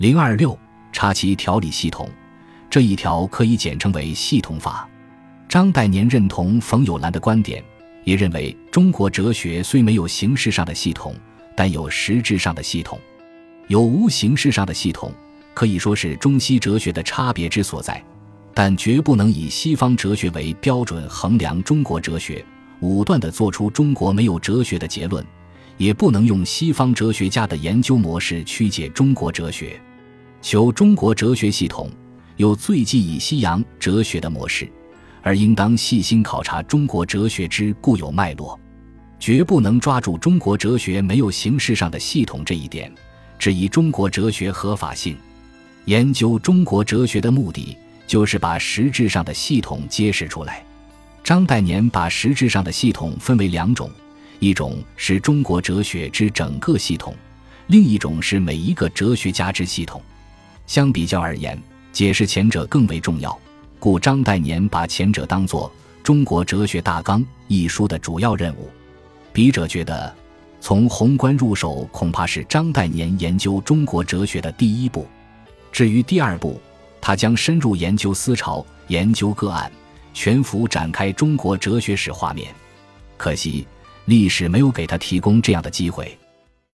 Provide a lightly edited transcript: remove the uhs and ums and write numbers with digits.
026插旗条理系统，这一条可以简称为系统法。张岱年认同冯友兰的观点，也认为中国哲学虽没有形式上的系统，但有实质上的系统。有无形式上的系统，可以说是中西哲学的差别之所在，但绝不能以西方哲学为标准衡量中国哲学，武断地做出中国没有哲学的结论，也不能用西方哲学家的研究模式曲解中国哲学。求中国哲学系统，有最忌以西洋哲学的模式，而应当细心考察中国哲学之固有脉络，绝不能抓住中国哲学没有形式上的系统这一点，质疑中国哲学合法性。研究中国哲学的目的，就是把实质上的系统揭示出来。张岱年把实质上的系统分为两种，一种是中国哲学之整个系统，另一种是每一个哲学家之系统。相比较而言，解释前者更为重要，故张岱年把前者当作《中国哲学大纲》一书的主要任务。笔者觉得，从宏观入手恐怕是张岱年研究中国哲学的第一步。至于第二步，他将深入研究思潮，研究个案，全幅展开中国哲学史画面。可惜历史没有给他提供这样的机会。